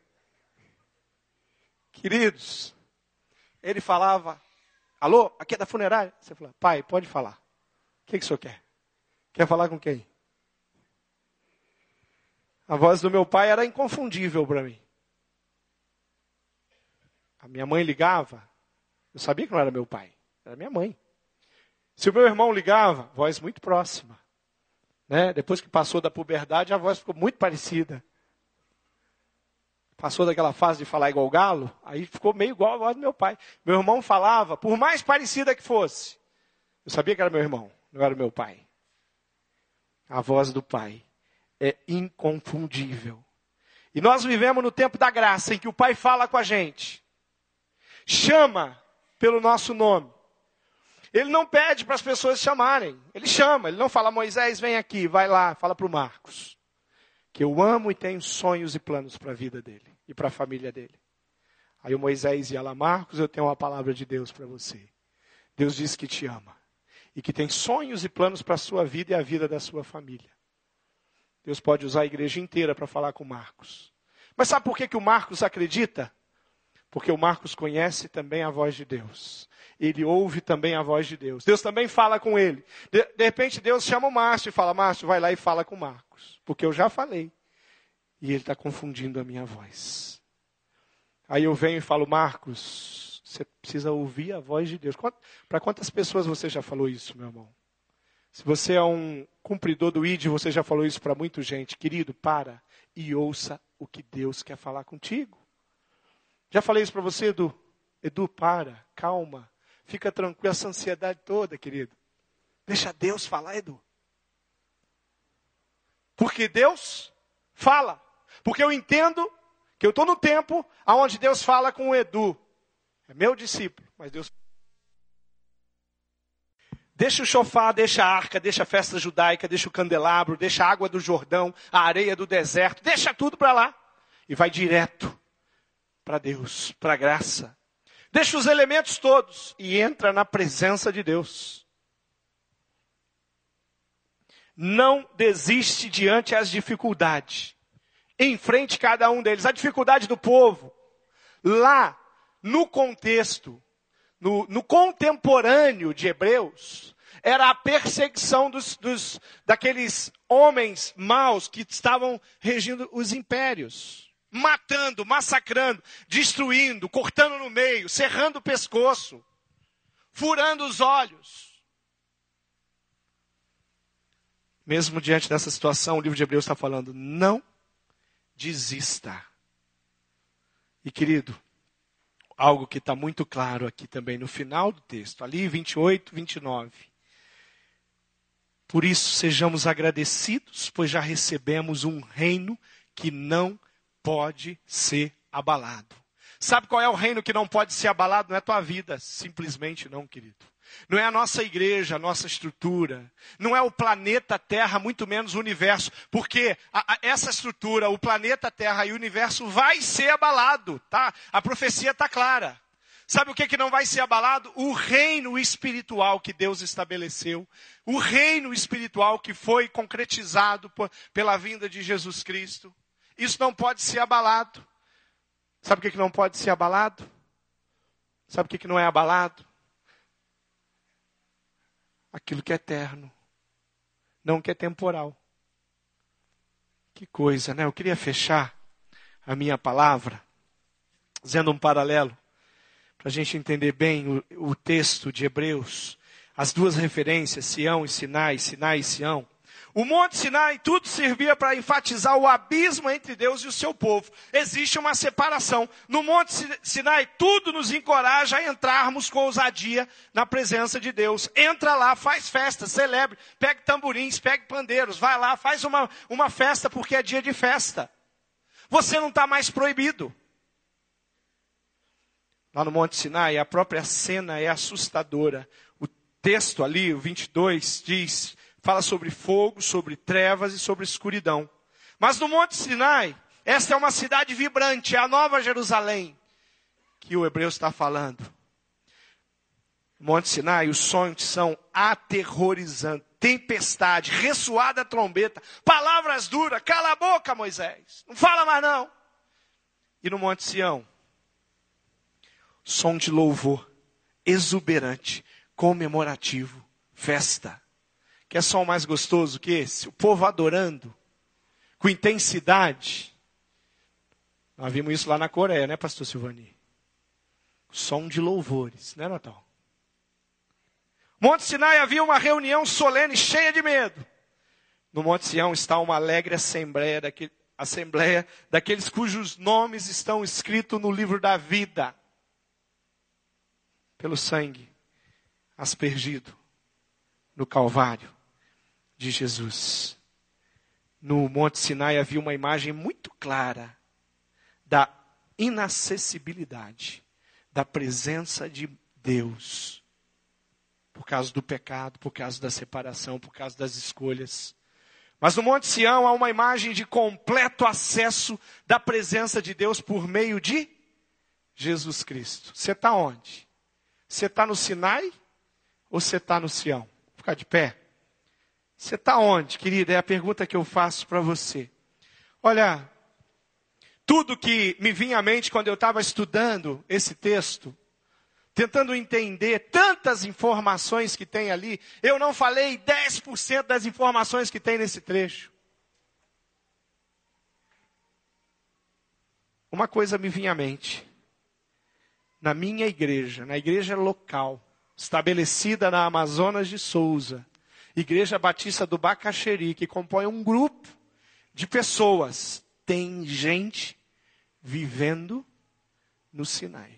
Queridos, ele falava, alô, aqui é da funerária? Você falou, pai, pode falar. O que, que o senhor quer? Quer falar com quem? A voz do meu pai era inconfundível para mim. A minha mãe ligava, eu sabia que não era meu pai, era minha mãe. Se o meu irmão ligava, voz muito próxima. Né? Depois que passou da puberdade, a voz ficou muito parecida. Passou daquela fase de falar igual galo, aí ficou meio igual a voz do meu pai. Meu irmão falava, por mais parecida que fosse, eu sabia que era meu irmão, não era meu pai. A voz do pai é inconfundível. E nós vivemos no tempo da graça, em que o pai fala com a gente. Chama pelo nosso nome. Ele não pede para as pessoas chamarem. Ele chama, ele não fala, Moisés, vem aqui, vai lá, fala para o Marcos. Que eu amo e tenho sonhos e planos para a vida dele e para a família dele. Aí o Moisés ia lá, Marcos, eu tenho uma palavra de Deus para você. Deus diz que te ama e que tem sonhos e planos para a sua vida e a vida da sua família. Deus pode usar a igreja inteira para falar com Marcos. Mas sabe por que, que o Marcos acredita? Porque o Marcos conhece também a voz de Deus. Ele ouve também a voz de Deus. Deus também fala com ele. De, de repente Deus chama o Márcio e fala, Márcio, vai lá e fala com o Marcos. Porque eu já falei. E ele está confundindo a minha voz. Aí eu venho e falo, Marcos, você precisa ouvir a voz de Deus. Para quantas pessoas você já falou isso, meu irmão? Se você é um cumpridor do I D, você já falou isso para muita gente. Querido, para e ouça o que Deus quer falar contigo. Já falei isso para você, Edu? Edu, para, calma. Fica tranquilo, essa ansiedade toda, querido. Deixa Deus falar, Edu. Porque Deus fala. Porque eu entendo que eu estou no tempo onde Deus fala com o Edu. É meu discípulo, mas Deus... Deixa o chofar, deixa a arca, deixa a festa judaica, deixa o candelabro, deixa a água do Jordão, a areia do deserto, deixa tudo para lá. E vai direto para Deus, para a graça. Deixa os elementos todos e entra na presença de Deus. Não desiste diante das dificuldades. Enfrente cada um deles. A dificuldade do povo, lá no contexto, no, no contemporâneo de Hebreus, era a perseguição dos, dos, daqueles homens maus que estavam regindo os impérios. Matando, massacrando, destruindo, cortando no meio, serrando o pescoço, furando os olhos. Mesmo diante dessa situação, o livro de Hebreus está falando, não desista. E querido, algo que está muito claro aqui também no final do texto, ali vinte e oito, vinte e nove. Por isso sejamos agradecidos, pois já recebemos um reino que não pode ser abalado. Sabe qual é o reino que não pode ser abalado? Não é a tua vida, simplesmente não, querido. Não é a nossa igreja, a nossa estrutura. Não é o planeta Terra, muito menos o universo. Porque a, a, essa estrutura, o planeta Terra e o universo vai ser abalado. Tá? A profecia está clara. Sabe o que, que não vai ser abalado? O reino espiritual que Deus estabeleceu. O reino espiritual que foi concretizado por, pela vinda de Jesus Cristo. Isso não pode ser abalado. Sabe o que, que não pode ser abalado? Sabe o que, que não é abalado? Aquilo que é eterno, não que é temporal. Que coisa, né? Eu queria fechar a minha palavra, fazendo um paralelo, para a gente entender bem o, o texto de Hebreus, as duas referências, Sião e Sinai, Sinai e Sião. O Monte Sinai, tudo servia para enfatizar o abismo entre Deus e o seu povo. Existe uma separação. No Monte Sinai, tudo nos encoraja a entrarmos com ousadia na presença de Deus. Entra lá, faz festa, celebre, pegue tamborins, pegue pandeiros, vai lá, faz uma, uma festa porque é dia de festa. Você não está mais proibido. Lá no Monte Sinai, a própria cena é assustadora. O texto ali, o vinte e dois, diz... Fala sobre fogo, sobre trevas e sobre escuridão. Mas no Monte Sinai, esta é uma cidade vibrante, é a Nova Jerusalém, que o Hebreus está falando. No Monte Sinai, os sonhos são aterrorizantes. Tempestade, ressoada a trombeta, palavras duras, cala a boca, Moisés, não fala mais não. E no Monte Sião, som de louvor, exuberante, comemorativo, festa. Que é som mais gostoso que esse? O povo adorando, com intensidade. Nós vimos isso lá na Coreia, né, pastor Silvani? Som de louvores, né, Natal? Monte Sinai havia uma reunião solene, cheia de medo. No Monte Sião está uma alegre assembleia, daquele, assembleia daqueles cujos nomes estão escritos no livro da vida. Pelo sangue aspergido no Calvário de Jesus. No Monte Sinai havia uma imagem muito clara da inacessibilidade, da presença de Deus. Por causa do pecado, por causa da separação, por causa das escolhas. Mas no Monte Sião há uma imagem de completo acesso da presença de Deus por meio de Jesus Cristo. Você está onde? Você está no Sinai ou você está no Sião? Vou ficar de pé. Você está onde, querida? É a pergunta que eu faço para você. Olha, tudo que me vinha à mente quando eu estava estudando esse texto, tentando entender tantas informações que tem ali, eu não falei dez por cento das informações que tem nesse trecho. Uma coisa me vinha à mente. Na minha igreja, na igreja local, estabelecida na Amazonas de Souza, Igreja Batista do Bacaxeri, que compõe um grupo de pessoas, tem gente vivendo no Sinai.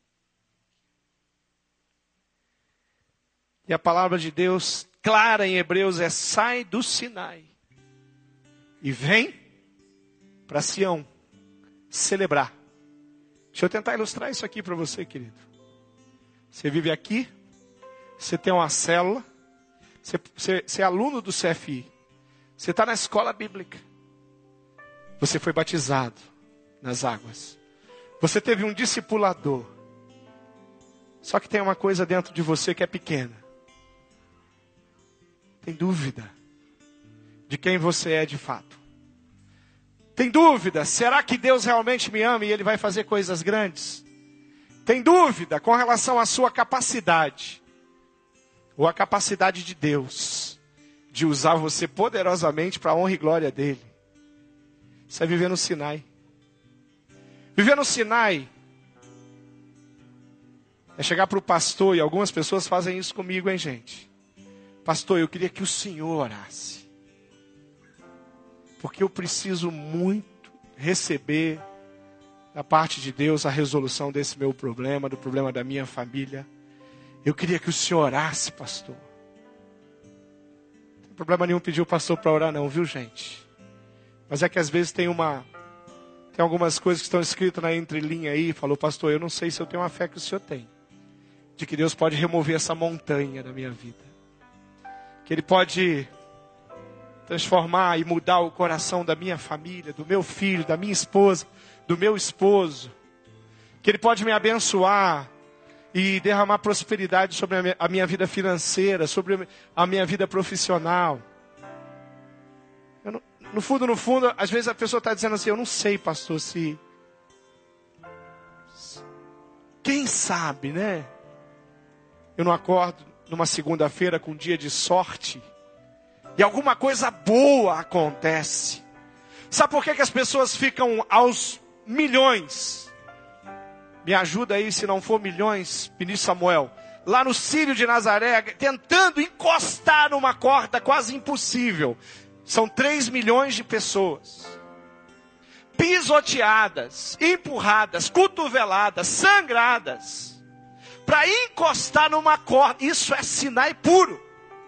E a palavra de Deus, clara em Hebreus, é: sai do Sinai e vem para Sião celebrar. Deixa eu tentar ilustrar isso aqui para você, querido. Você vive aqui, você tem uma célula, você, você, você é aluno do C F I, você está na escola bíblica, você foi batizado nas águas, você teve um discipulador, só que tem uma coisa dentro de você que é pequena. Tem dúvida de quem você é de fato. Tem dúvida, será que Deus realmente me ama e Ele vai fazer coisas grandes? Tem dúvida com relação à sua capacidade, ou a capacidade de Deus, de usar você poderosamente para a honra e glória dEle. Isso é viver no Sinai. Viver no Sinai é chegar para o pastor, e algumas pessoas fazem isso comigo, hein, gente? Pastor, eu queria que o Senhor orasse, porque eu preciso muito receber da parte de Deus a resolução desse meu problema, do problema da minha família. Eu queria que o Senhor orasse, pastor. Não tem problema nenhum pedir o pastor para orar não, viu, gente? Mas é que às vezes tem uma... Tem algumas coisas que estão escritas na entrelinha aí. Falou, pastor, eu não sei se eu tenho a fé que o Senhor tem, de que Deus pode remover essa montanha da minha vida, que Ele pode transformar e mudar o coração da minha família, do meu filho, da minha esposa, do meu esposo, que Ele pode me abençoar e derramar prosperidade sobre a minha, a minha vida financeira, sobre a minha vida profissional. Eu não, no fundo, no fundo, às vezes a pessoa está dizendo assim, eu não sei, pastor, se... Quem sabe, né? Eu não acordo numa segunda-feira com um dia de sorte e alguma coisa boa acontece. Sabe por que, que as pessoas ficam aos milhões? Me ajuda aí, se não for milhões, ministro Samuel. Lá no Círio de Nazaré, tentando encostar numa corda quase impossível. São três milhões de pessoas. Pisoteadas, empurradas, cotoveladas, sangradas. Para encostar numa corda. Isso é Sinai puro.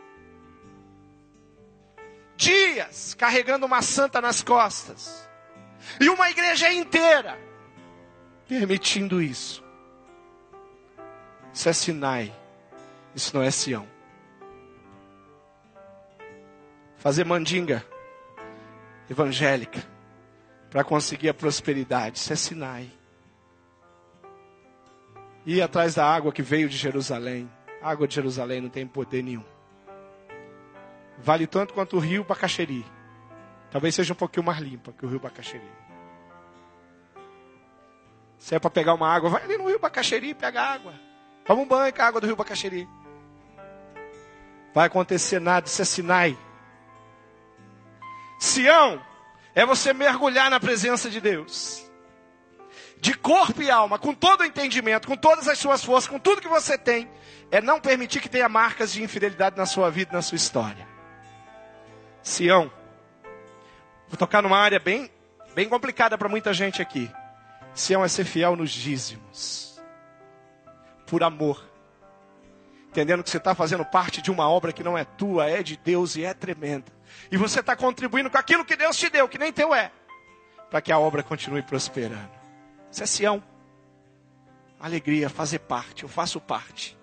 Dias carregando uma santa nas costas. E uma igreja inteira permitindo isso. Isso é Sinai. Isso não é Sião. Fazer mandinga evangélica para conseguir a prosperidade. Isso é Sinai. Ir atrás da água que veio de Jerusalém. A água de Jerusalém não tem poder nenhum. Vale tanto quanto o rio Bacaxeri. Talvez seja um pouquinho mais limpa que o rio Bacaxeri. Se é para pegar uma água, vai ali no rio Bacaxeri e pega água. Toma um banho com a água do rio Bacaxeri. Vai acontecer nada, isso é Sinai. Sião é você mergulhar na presença de Deus. De corpo e alma, com todo o entendimento, com todas as suas forças, com tudo que você tem. É não permitir que tenha marcas de infidelidade na sua vida, na sua história. Sião. Vou tocar numa área bem, bem complicada para muita gente aqui. Sião é ser fiel nos dízimos. Por amor. Entendendo que você está fazendo parte de uma obra que não é tua, é de Deus e é tremenda. E você está contribuindo com aquilo que Deus te deu, que nem teu é. Para que a obra continue prosperando. Isso é Sião. Alegria, fazer parte, eu faço parte.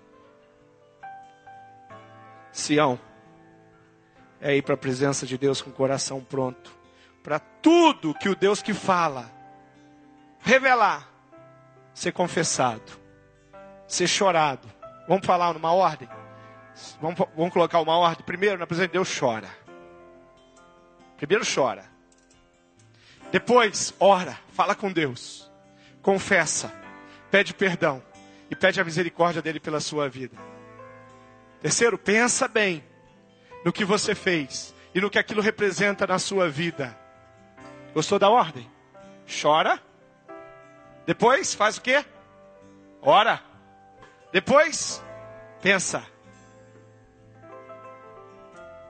Sião é ir para a presença de Deus com o coração pronto. Para tudo que o Deus que fala, revelar, ser confessado, ser chorado. Vamos falar numa ordem? Vamos, vamos colocar uma ordem? Primeiro, na presença de Deus, chora. Primeiro chora. Depois, ora, fala com Deus. Confessa, pede perdão e pede a misericórdia dele pela sua vida. Terceiro, pensa bem no que você fez e no que aquilo representa na sua vida. Gostou da ordem? Chora. Depois, faz o quê? Ora. Depois, pensa.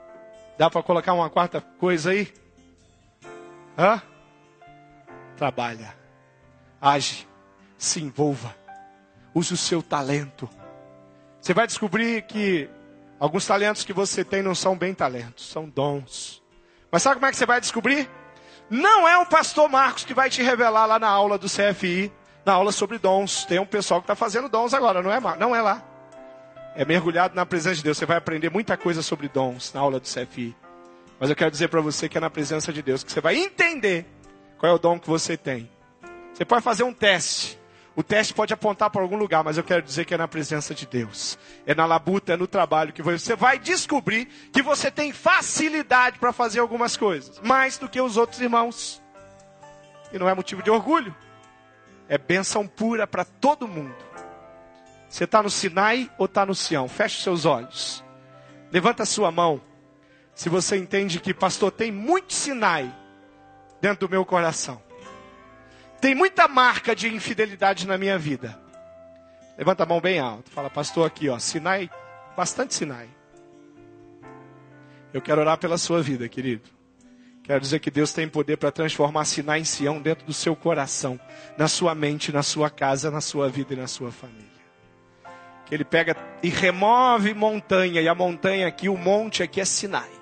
Dá para colocar uma quarta coisa aí? Hã? Trabalha. Age. Se envolva. Use o seu talento. Você vai descobrir que alguns talentos que você tem não são bem talentos, são dons. Mas sabe como é que você vai descobrir? Não é o pastor Marcos que vai te revelar lá na aula do C F I, na aula sobre dons. Tem um pessoal que está fazendo dons agora, não é, não é lá. É mergulhado na presença de Deus. Você vai aprender muita coisa sobre dons na aula do C F I. Mas eu quero dizer para você que é na presença de Deus que você vai entender qual é o dom que você tem. Você pode fazer um teste. O teste pode apontar para algum lugar, mas eu quero dizer que é na presença de Deus. É na labuta, é no trabalho que você vai descobrir que você tem facilidade para fazer algumas coisas. Mais do que os outros irmãos. E não é motivo de orgulho. É bênção pura para todo mundo. Você está no Sinai ou está no Sião? Feche os seus olhos. Levanta a sua mão. Se você entende que, pastor, tem muito Sinai dentro do meu coração. Tem muita marca de infidelidade na minha vida. Levanta a mão bem alto. Fala, pastor, aqui, ó, Sinai, bastante Sinai. Eu quero orar pela sua vida, querido. Quero dizer que Deus tem poder para transformar Sinai em Sião dentro do seu coração, na sua mente, na sua casa, na sua vida e na sua família. Que Ele pega e remove montanha, e a montanha aqui, o monte aqui é Sinai.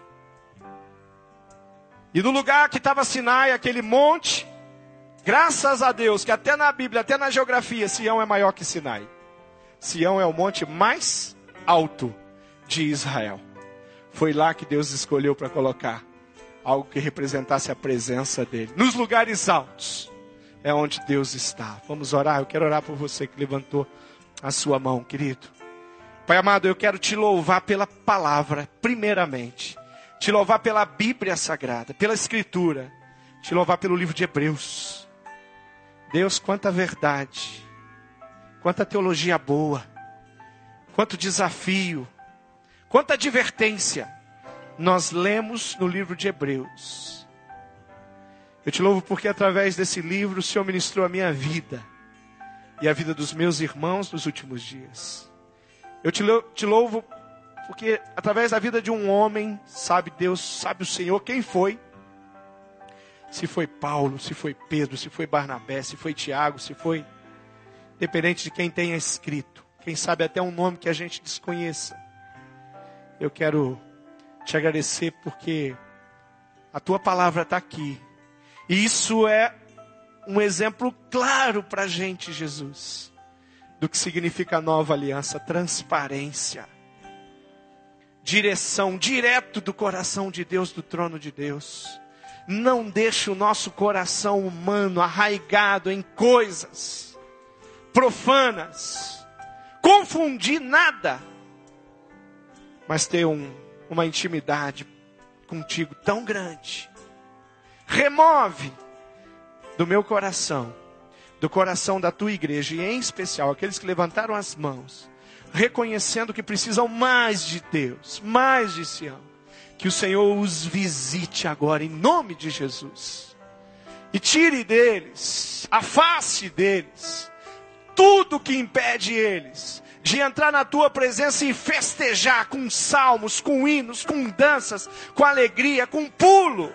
E no lugar que estava Sinai, aquele monte, graças a Deus, que até na Bíblia, até na geografia, Sião é maior que Sinai. Sião é o monte mais alto de Israel. Foi lá que Deus escolheu para colocar algo que representasse a presença dele. Nos lugares altos é onde Deus está. Vamos orar? Eu quero orar por você que levantou a sua mão, querido. Pai amado, eu quero te louvar pela palavra, primeiramente. Te louvar pela Bíblia Sagrada, pela Escritura. Te louvar pelo livro de Hebreus. Deus, quanta verdade, quanta teologia boa, quanto desafio, quanta advertência nós lemos no livro de Hebreus. Eu te louvo porque através desse livro o Senhor ministrou a minha vida e a vida dos meus irmãos nos últimos dias. Eu te louvo, te louvo porque através da vida de um homem, sabe Deus, sabe o Senhor quem foi. Se foi Paulo, se foi Pedro, se foi Barnabé, se foi Tiago, se foi... Independente de quem tenha escrito. Quem sabe até um nome que a gente desconheça. Eu quero te agradecer porque a tua palavra está aqui. E isso é um exemplo claro para a gente, Jesus. Do que significa a nova aliança. Transparência. Direção direto do coração de Deus, do trono de Deus. Não deixe o nosso coração humano arraigado em coisas profanas. Confundir nada. Mas ter um, uma intimidade contigo tão grande. Remove do meu coração, do coração da tua igreja, e em especial aqueles que levantaram as mãos, reconhecendo que precisam mais de Deus, mais de Sião. Que o Senhor os visite agora em nome de Jesus. E tire deles, afaste deles, tudo que impede eles de entrar na tua presença e festejar com salmos, com hinos, com danças, com alegria, com pulo.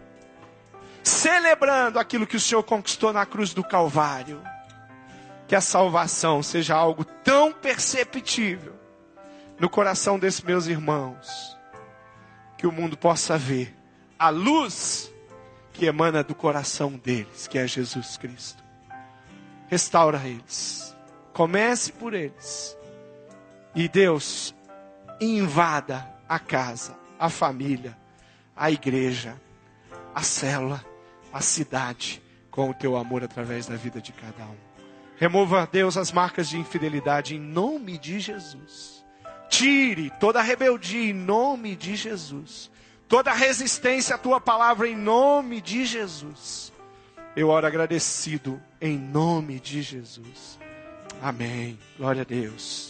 Celebrando aquilo que o Senhor conquistou na cruz do Calvário. Que a salvação seja algo tão perceptível no coração desses meus irmãos. Que o mundo possa ver a luz que emana do coração deles, que é Jesus Cristo. Restaura eles. Comece por eles. E Deus, invada a casa, a família, a igreja, a célula, a cidade, com o teu amor através da vida de cada um. Remova, Deus, as marcas de infidelidade em nome de Jesus. Tire toda a rebeldia em nome de Jesus. Toda a resistência à tua palavra em nome de Jesus. Eu oro agradecido em nome de Jesus. Amém. Glória a Deus.